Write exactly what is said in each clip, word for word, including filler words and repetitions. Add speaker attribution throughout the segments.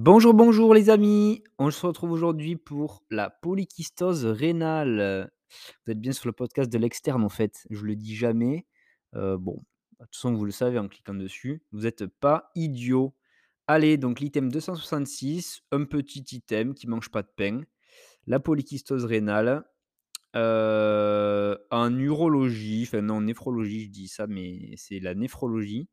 Speaker 1: Bonjour, bonjour les amis! On se retrouve aujourd'hui pour la polykystose rénale. Vous êtes bien sur le podcast de l'externe en fait, je le dis jamais. Heu, bon, de toute façon vous le savez en cliquant dessus, vous êtes pas idiots. Allez, donc l'item deux cent soixante-six, un petit item qui mange pas de pain. La polykystose rénale, heu, en urologie, enfin non, néphrologie, je dis ça, mais c'est la néphrologie.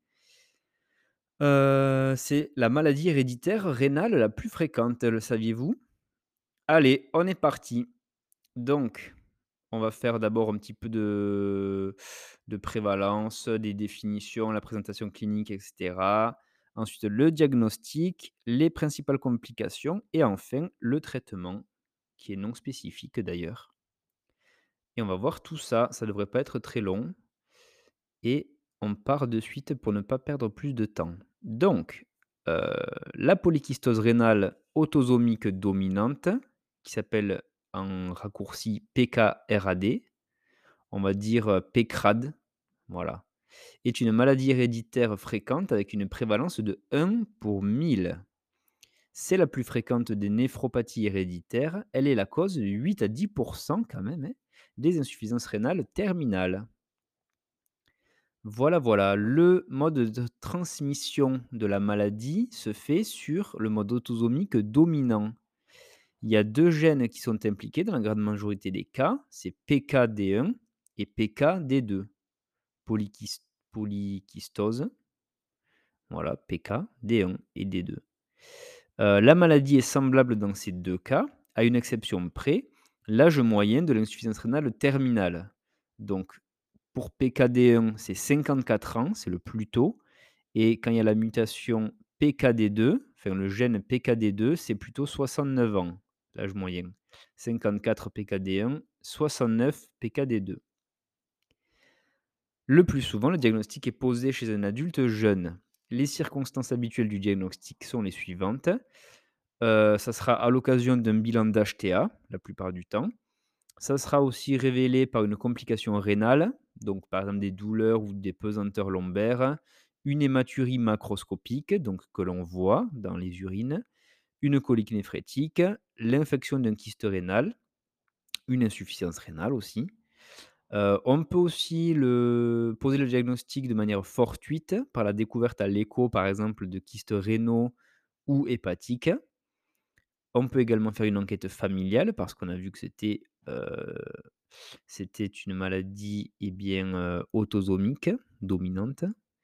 Speaker 1: Heu, c'est la maladie héréditaire rénale la plus fréquente, le saviez-vous? Allez, on est parti. Donc, on va faire d'abord un petit peu de de prévalence, des définitions, la présentation clinique et cetera. Ensuite, le diagnostic, les principales complications et enfin le traitement, qui est non spécifique d'ailleurs. Et on va voir tout ça, ça devrait pas être très long et on part de suite pour ne pas perdre plus de temps. Donc, heu, la polykystose rénale autosomique dominante, qui s'appelle en raccourci P K R A D, on va dire, heu, pécrad, voilà, est une maladie héréditaire fréquente avec une prévalence de un pour mille. C'est la plus fréquente des néphropathies héréditaires. Elle est la cause de huit à dix quand même, hein, des insuffisances rénales terminales. Voilà, voilà. Le mode de transmission de la maladie se fait sur le mode autosomique dominant. Il y a deux gènes qui sont impliqués dans la grande majorité des cas, c'est P K D un et P K D deux. Polykys polykystose, voilà, P K D un et D deux. Heu, la maladie est semblable dans ces deux cas, à une exception près, l'âge moyen de l'insuffisance rénale terminale. Donc pour P K D un, c'est cinquante-quatre ans, c'est le plus tôt et quand il y a la mutation P K D deux, enfin le gène P K D deux, c'est plutôt soixante-neuf ans, l'âge moyen. cinquante-quatre P K D un, soixante-neuf P K D deux. Le plus souvent, le diagnostic est posé chez un adulte jeune. Les circonstances habituelles du diagnostic sont les suivantes. Heu, ça sera à l'occasion d'un bilan d'H T A, la plupart du temps. Ça sera aussi révélé par une complication rénale, donc par exemple des douleurs ou des pesanteurs lombaires, une hématurie macroscopique, donc que l'on voit dans les urines, une colique néphrétique, l'infection d'un kyste rénal, une insuffisance rénale aussi. Heu, on peut aussi le poser le diagnostic de manière fortuite par la découverte à l'écho, par exemple, de kystes rénaux ou hépatiques. On peut également faire une enquête familiale parce qu'on a vu que c'était, heu, c'était une maladie, eh bien, heu, autosomique dominante.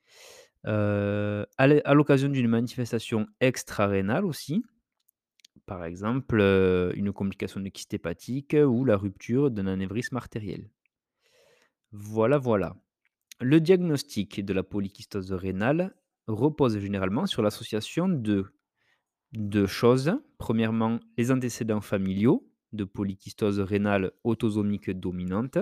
Speaker 1: Heu, à l'é à l'occasion d'une manifestation extrarénale aussi, par exemple, heu, une complication de kyste hépatique ou la rupture d'un anévrisme artériel. Voilà, voilà. Le diagnostic de la polykystose rénale repose généralement sur l'association de deux choses. Premièrement, les antécédents familiaux de polykystose rénale autosomique dominante.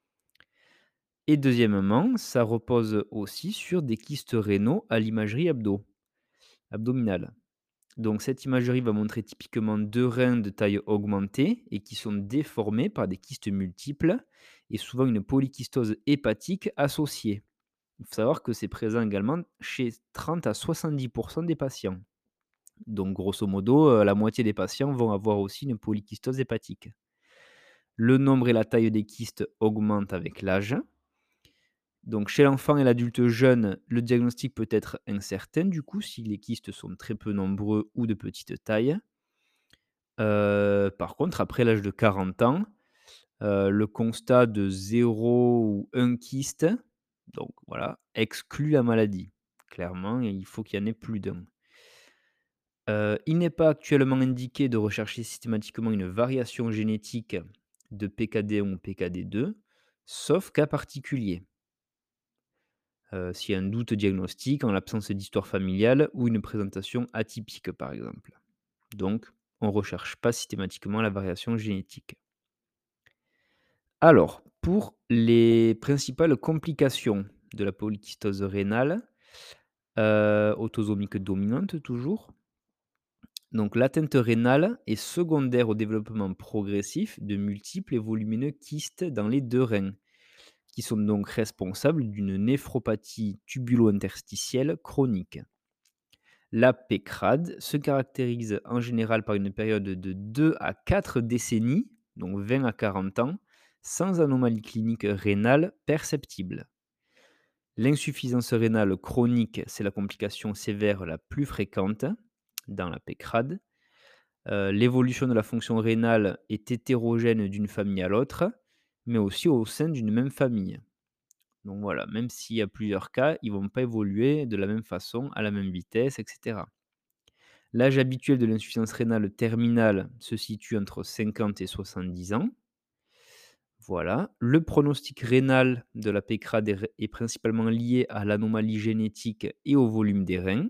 Speaker 1: Et deuxièmement, ça repose aussi sur des kystes rénaux à l'imagerie abdo, abdominale. Donc cette imagerie va montrer typiquement deux reins de taille augmentée et qui sont déformés par des kystes multiples et souvent une polykystose hépatique associée. Il faut savoir que c'est présent également chez trente à soixante-dix des patients. Donc grosso modo, heu, la moitié des patients vont avoir aussi une polykystose hépatique. Le nombre et la taille des kystes augmentent avec l'âge. Donc chez l'enfant et l'adulte jeune, le diagnostic peut être incertain du coup si les kystes sont très peu nombreux ou de petite taille. Heu, par contre après l'âge de quarante ans, heu, le constat de zéro ou un kyste, donc voilà, exclut la maladie. Clairement, il faut qu'il y en ait plus d'un. Heu, il n'est pas actuellement indiqué de rechercher systématiquement une variation génétique de P K D un ou P K D deux, sauf cas particulier. Heu, s'il y a un doute diagnostique en l'absence d'histoire familiale ou une présentation atypique, par exemple. Donc, on ne recherche pas systématiquement la variation génétique. Alors, pour les principales complications de la polykystose rénale, heu, autosomique dominante toujours, donc l'atteinte rénale est secondaire au développement progressif de multiples et volumineux kystes dans les deux reins, qui sont donc responsables d'une néphropathie tubulo-interstitielle chronique. La pécrade se caractérise en général par une période de deux à quatre décennies, donc vingt à quarante ans, sans anomalie clinique rénale perceptible. L'insuffisance rénale chronique, c'est la complication sévère la plus fréquente dans la pécrade. Heu, l'évolution de la fonction rénale est hétérogène d'une famille à l'autre, mais aussi au sein d'une même famille. Donc voilà, même s'il y a plusieurs cas, ils vont pas évoluer de la même façon, à la même vitesse, et cetera. L'âge habituel de l'insuffisance rénale terminale se situe entre cinquante et soixante-dix ans. Voilà. Le pronostic rénal de la pécrade est ré est principalement lié à l'anomalie génétique et au volume des reins.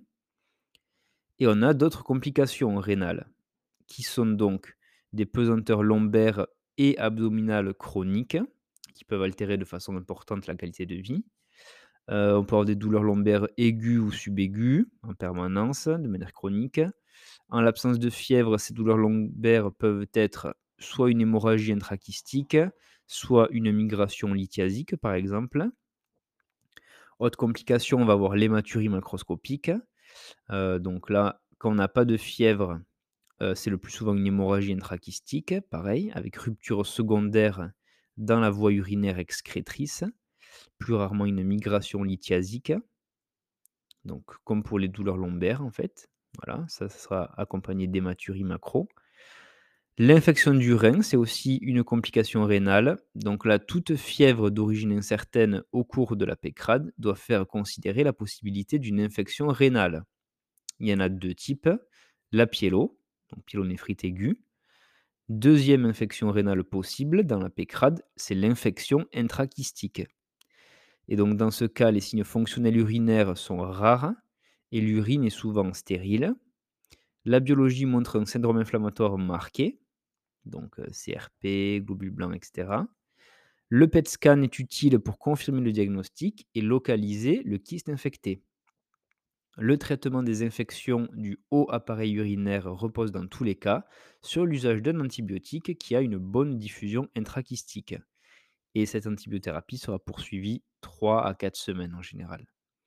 Speaker 1: Et on a d'autres complications rénales, qui sont donc des pesanteurs lombaires et abdominales chroniques, qui peuvent altérer de façon importante la qualité de vie. Heu, on peut avoir des douleurs lombaires aiguës ou subaiguës en permanence, de manière chronique. En l'absence de fièvre, ces douleurs lombaires peuvent être soit une hémorragie intrachystique, soit une migration lithiasique, par exemple. Autre complication, on va avoir l'hématurie macroscopique. Heu, donc là, quand on n'a pas de fièvre, heu, c'est le plus souvent une hémorragie intrachystique, pareil, avec rupture secondaire dans la voie urinaire excrétrice, plus rarement une migration lithiasique. Donc comme pour les douleurs lombaires, en fait. Voilà, ça, ça sera accompagné d'hématurie macro. L'infection du rein, c'est aussi une complication rénale. Donc là, toute fièvre d'origine incertaine au cours de la pécrade doit faire considérer la possibilité d'une infection rénale. Il y en a deux types, la pyélo, donc pyélonéphrite aiguë. Deuxième infection rénale possible dans la pécrade, c'est l'infection intrachystique. Et donc dans ce cas, les signes fonctionnels urinaires sont rares et l'urine est souvent stérile. La biologie montre un syndrome inflammatoire marqué, donc heu, C R P, globules blancs, et cetera. Le P E T scan est utile pour confirmer le diagnostic et localiser le kyste infecté. Le traitement des infections du haut appareil urinaire repose dans tous les cas sur l'usage d'un antibiotique qui a une bonne diffusion intrachystique. Et cette antibiothérapie sera poursuivie trois à quatre semaines en général.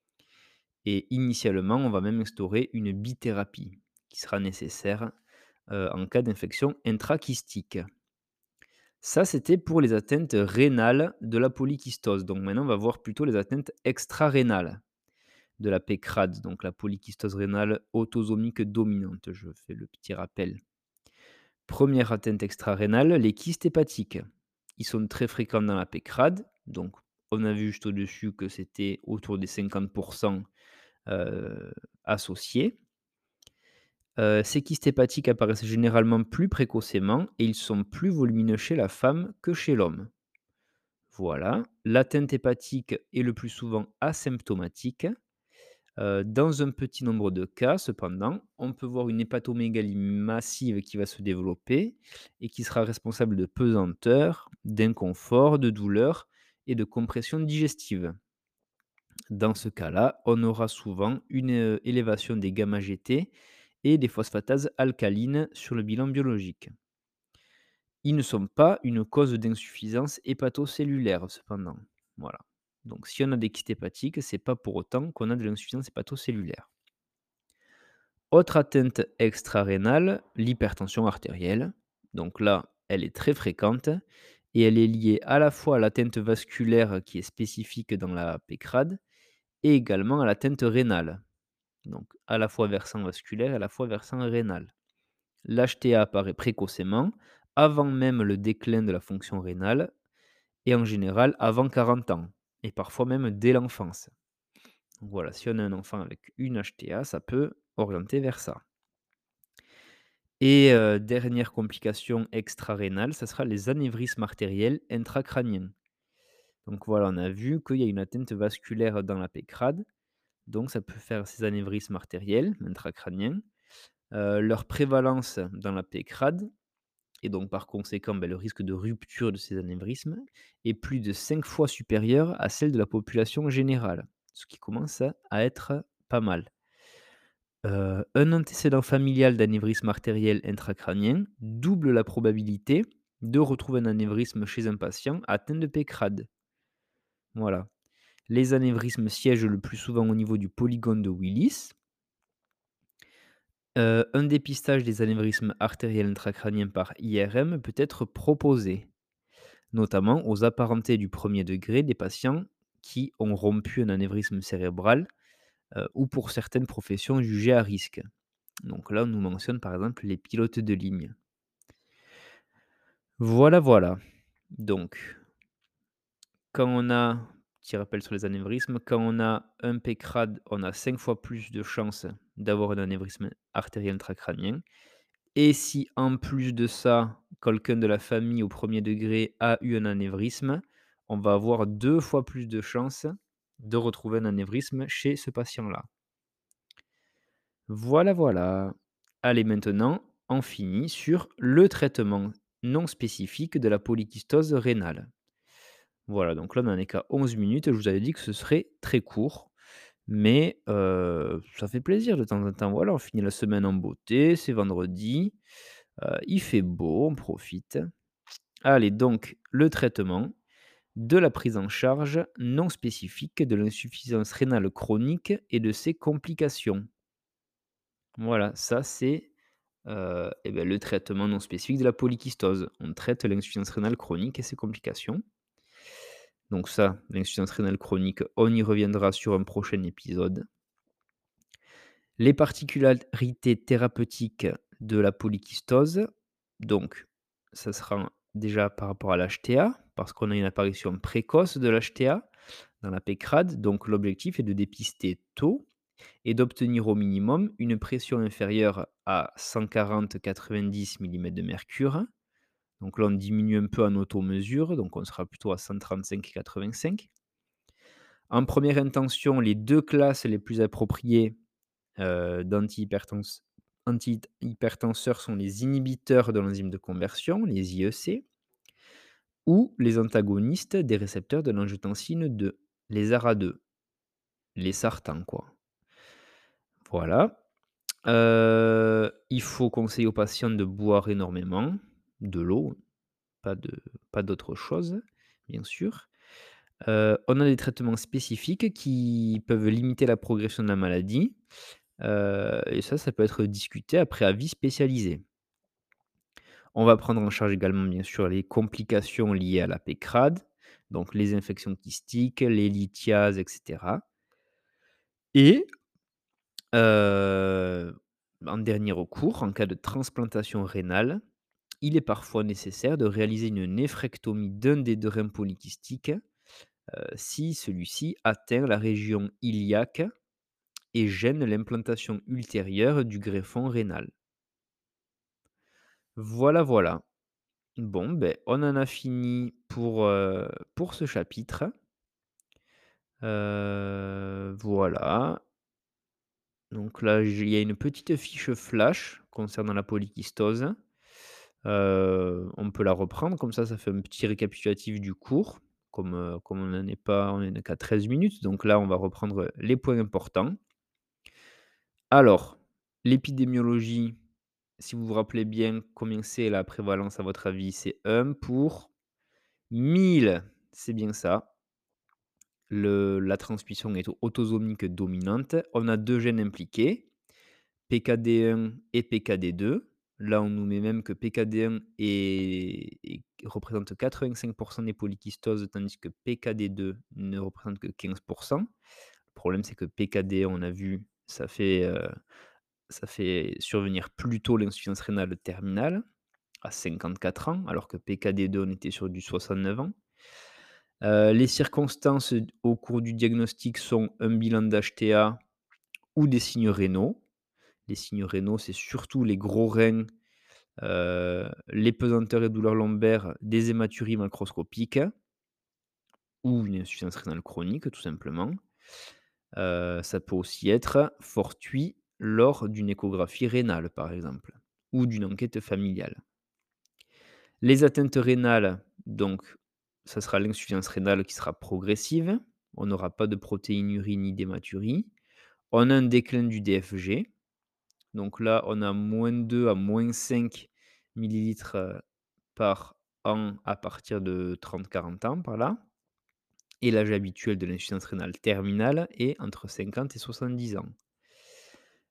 Speaker 1: Et initialement, on va même instaurer une bithérapie qui sera nécessaire euh, en cas d'infection intrachystique. Ça, c'était pour les atteintes rénales de la polykystose. Donc maintenant, on va voir plutôt les atteintes extrarénales de la pécrade, donc la polykystose rénale autosomique dominante. Je fais le petit rappel. Première atteinte extrarénale, les kystes hépatiques. Ils sont très fréquents dans la pécrade. Donc, on a vu juste au-dessus que c'était autour des cinquante pour cent euh, associés. Euh, ces kystes hépatiques apparaissent généralement plus précocement et ils sont plus volumineux chez la femme que chez l'homme. Voilà. L'atteinte hépatique est le plus souvent asymptomatique. Heu, dans un petit nombre de cas, cependant, on peut voir une hépatomégalie massive qui va se développer et qui sera responsable de pesanteur, d'inconfort, de douleur et de compression digestive. Dans ce cas-là, on aura souvent une, heu, élévation des gamma-G T et des phosphatases alcalines sur le bilan biologique. Ils ne sont pas une cause d'insuffisance hépatocellulaire cependant. Voilà. Donc si on a des kystes hépatiques, c'est pas pour autant qu'on a de l'insuffisance hépatocellulaire. Autre atteinte extrarénale, l'hypertension artérielle. Donc là, elle est très fréquente et elle est liée à la fois à l'atteinte vasculaire qui est spécifique dans la pécrade et également à l'atteinte rénale. Donc à la fois versant vasculaire et à la fois versant rénal. L'H T A apparaît précocement, avant même le déclin de la fonction rénale et en général avant quarante ans et parfois même dès l'enfance. Donc voilà, si on a un enfant avec une H T A, ça peut orienter vers ça. Et heu, dernière complication extrarénale, ça sera les anévrismes artériels intracrâniens. Donc voilà, on a vu qu'il y a une atteinte vasculaire dans la pécrade, donc ça peut faire ces anévrismes artériels intracrâniens. Heu, leur prévalence dans la pécrade et donc par conséquent, beh, le risque de rupture de ces anévrismes est plus de cinq fois supérieur à celle de la population générale, ce qui commence à à être pas mal. Heu, un antécédent familial d'anévrisme artériel intracrânien double la probabilité de retrouver un anévrisme chez un patient atteint de pécrade. Voilà. Les anévrismes siègent le plus souvent au niveau du polygone de Willis Heu, un dépistage des anévrismes artériels intracrâniens par I R M peut être proposé, notamment aux apparentés du premier degré des patients qui ont rompu un anévrisme cérébral, heu, ou pour certaines professions jugées à risque. Donc là, on nous mentionne par exemple les pilotes de ligne. Voilà, voilà. Donc, quand on a petit rappel sur les anévrismes, quand on a un pécrade, on a cinq fois plus de chances d'avoir un anévrisme artériel intracrânien. Et si en plus de ça, quelqu'un de la famille au premier degré a eu un anévrisme, on va avoir deux fois plus de chances de retrouver un anévrisme chez ce patient-là. Voilà, voilà. Allez, maintenant, on finit sur le traitement non spécifique de la polykystose rénale. Voilà, donc là, on n'en est qu'à onze minutes. Je vous avais dit que ce serait très court, mais heu, ça fait plaisir de temps en temps. Voilà, on finit la semaine en beauté, c'est vendredi, heu, il fait beau, on profite. Allez, donc le traitement de la prise en charge non spécifique de l'insuffisance rénale chronique et de ses complications. Voilà, ça c'est, heu et beh, le traitement non spécifique de la polykystose. On traite l'insuffisance rénale chronique et ses complications. Donc ça, l'insuffisance rénale chronique, on y reviendra sur un prochain épisode. Les particularités thérapeutiques de la polykystose, donc ça sera déjà par rapport à l'H T A, parce qu'on a une apparition précoce de l'H T A dans la pécrade, donc l'objectif est de dépister tôt et d'obtenir au minimum une pression inférieure à cent quarante quatre-vingt-dix millimètres de mercure. Donc là, on diminue un peu en auto-mesure, donc on sera plutôt à cent trente-cinq quatre-vingt-cinq. En première intention, les deux classes les plus appropriées heu, d'antihypertens antihypertenseurs sont les inhibiteurs de l'enzyme de conversion, les I E C, ou les antagonistes des récepteurs de l'angiotensine deux, les A R A deux, les sartans quoi. Voilà. Heu, il faut conseiller aux patients de boire énormément, de l'eau, pas de pas d'autre chose, bien sûr. Heu, on a des traitements spécifiques qui peuvent limiter la progression de la maladie, heu et ça, ça peut être discuté après avis spécialisé. On va prendre en charge également, bien sûr, les complications liées à la pécrade, donc les infections kystiques, les lithiases, et cetera. Et heu, en dernier recours, en cas de transplantation rénale, il est parfois nécessaire de réaliser une néphrectomie d'un des deux reins polykystiques, heu, si celui-ci atteint la région iliaque et gêne l'implantation ultérieure du greffon rénal. Voilà, voilà. Bon, ben, on en a fini pour, heu, pour ce chapitre. Heu, voilà. Donc là, j'ai il y a une petite fiche flash concernant la polykystose. Heu, on peut la reprendre, comme ça, ça fait un petit récapitulatif du cours. Comme, heu, comme on n'en est pas on en est qu'à treize minutes, donc là, on va reprendre les points importants. Alors, l'épidémiologie, si vous vous rappelez bien combien c'est la prévalence à votre avis? C'est un pour mille, c'est bien ça. Le la transmission est autosomique dominante. On a deux gènes impliqués, P K D un et P K D deux. Là, on nous met même que P K D un est est représente quatre-vingt-cinq des polykystoses, tandis que P K D deux ne représente que quinze. Le problème, c'est que P K D un, on a vu, ça fait, heu, ça fait survenir plus tôt l'insuffisance rénale terminale, à cinquante-quatre ans, alors que P K D deux, on était sur du soixante-neuf ans. Heu, les circonstances au cours du diagnostic sont un bilan d'H T A ou des signes rénaux. Les signes rénaux, c'est surtout les gros reins, heu, les pesanteurs et douleurs lombaires, des hématuries macroscopiques ou une insuffisance rénale chronique, tout simplement. Heu, ça peut aussi être fortuit lors d'une échographie rénale, par exemple, ou d'une enquête familiale. Les atteintes rénales, donc ça sera l'insuffisance rénale qui sera progressive. On n'aura pas de protéinurie ni d'hématurie. On a un déclin du D F G. Donc là, on a moins deux à moins cinq millilitres heu, par an à partir de trente quarante ans, par là. Et l'âge habituel de l'insuffisance rénale terminale est entre cinquante et soixante-dix ans.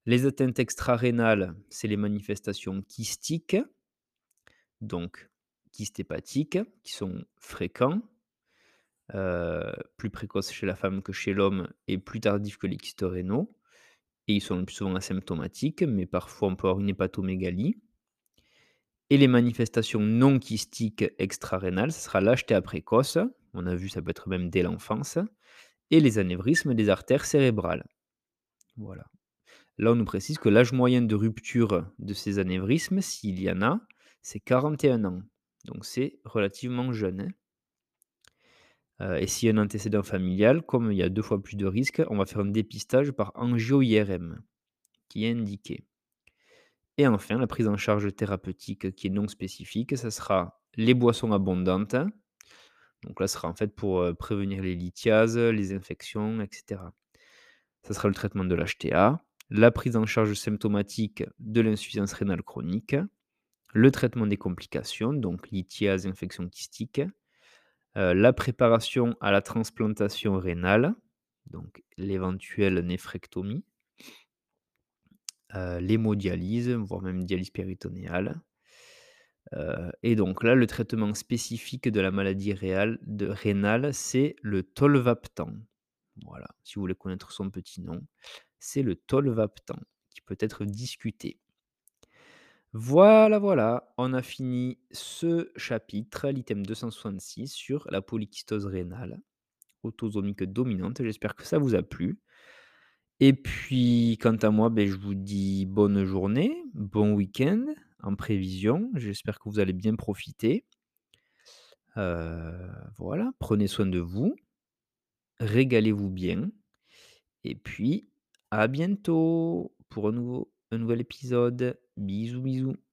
Speaker 1: Les atteintes extrarénales, c'est les manifestations kystiques, donc kystes hépatiques, qui sont fréquents, heu, plus précoces chez la femme que chez l'homme et plus tardifs que les kystes rénaux et ils sont le plus souvent asymptomatiques, mais parfois on peut avoir une hépatomégalie et les manifestations non kystiques extrarénales, ce sera l'H T A précoce, on a vu ça peut être même dès l'enfance et les anévrismes des artères cérébrales. Voilà. Là, on nous précise que l'âge moyen de rupture de ces anévrismes, s'il y en a, c'est quarante et un ans. Donc c'est relativement jeune, hein. Heu et s'il y a un antécédent familial, comme il y a deux fois plus de risques, on va faire un dépistage par angio-I R M qui est indiqué. Et enfin, la prise en charge thérapeutique qui est non spécifique, ça sera les boissons abondantes. Donc là, ce sera en fait pour, heu, prévenir les lithiases, les infections et cetera. Ça sera le traitement de l'H T A, la prise en charge symptomatique de l'insuffisance rénale chronique, le traitement des complications, donc lithiase, infection kystique, heu, la préparation à la transplantation rénale, donc l'éventuelle néphrectomie, heu, l'hémodialyse, voire même dialyse péritonéale. Heu et donc là, le traitement spécifique de la maladie réale de rénale, c'est le tolvaptan. Voilà, si vous voulez connaître son petit nom, c'est le tolvaptan qui peut être discuté. Voilà, voilà, on a fini ce chapitre, l'item deux cent soixante-six sur la polykystose rénale autosomique dominante. J'espère que ça vous a plu. Et puis, quant à moi, beh, je vous dis bonne journée, bon week-end en prévision. J'espère que vous allez bien profiter. Heu, voilà, prenez soin de vous, régalez-vous bien et puis à bientôt pour un nouveau un nouvel épisode. Bisous, bisous.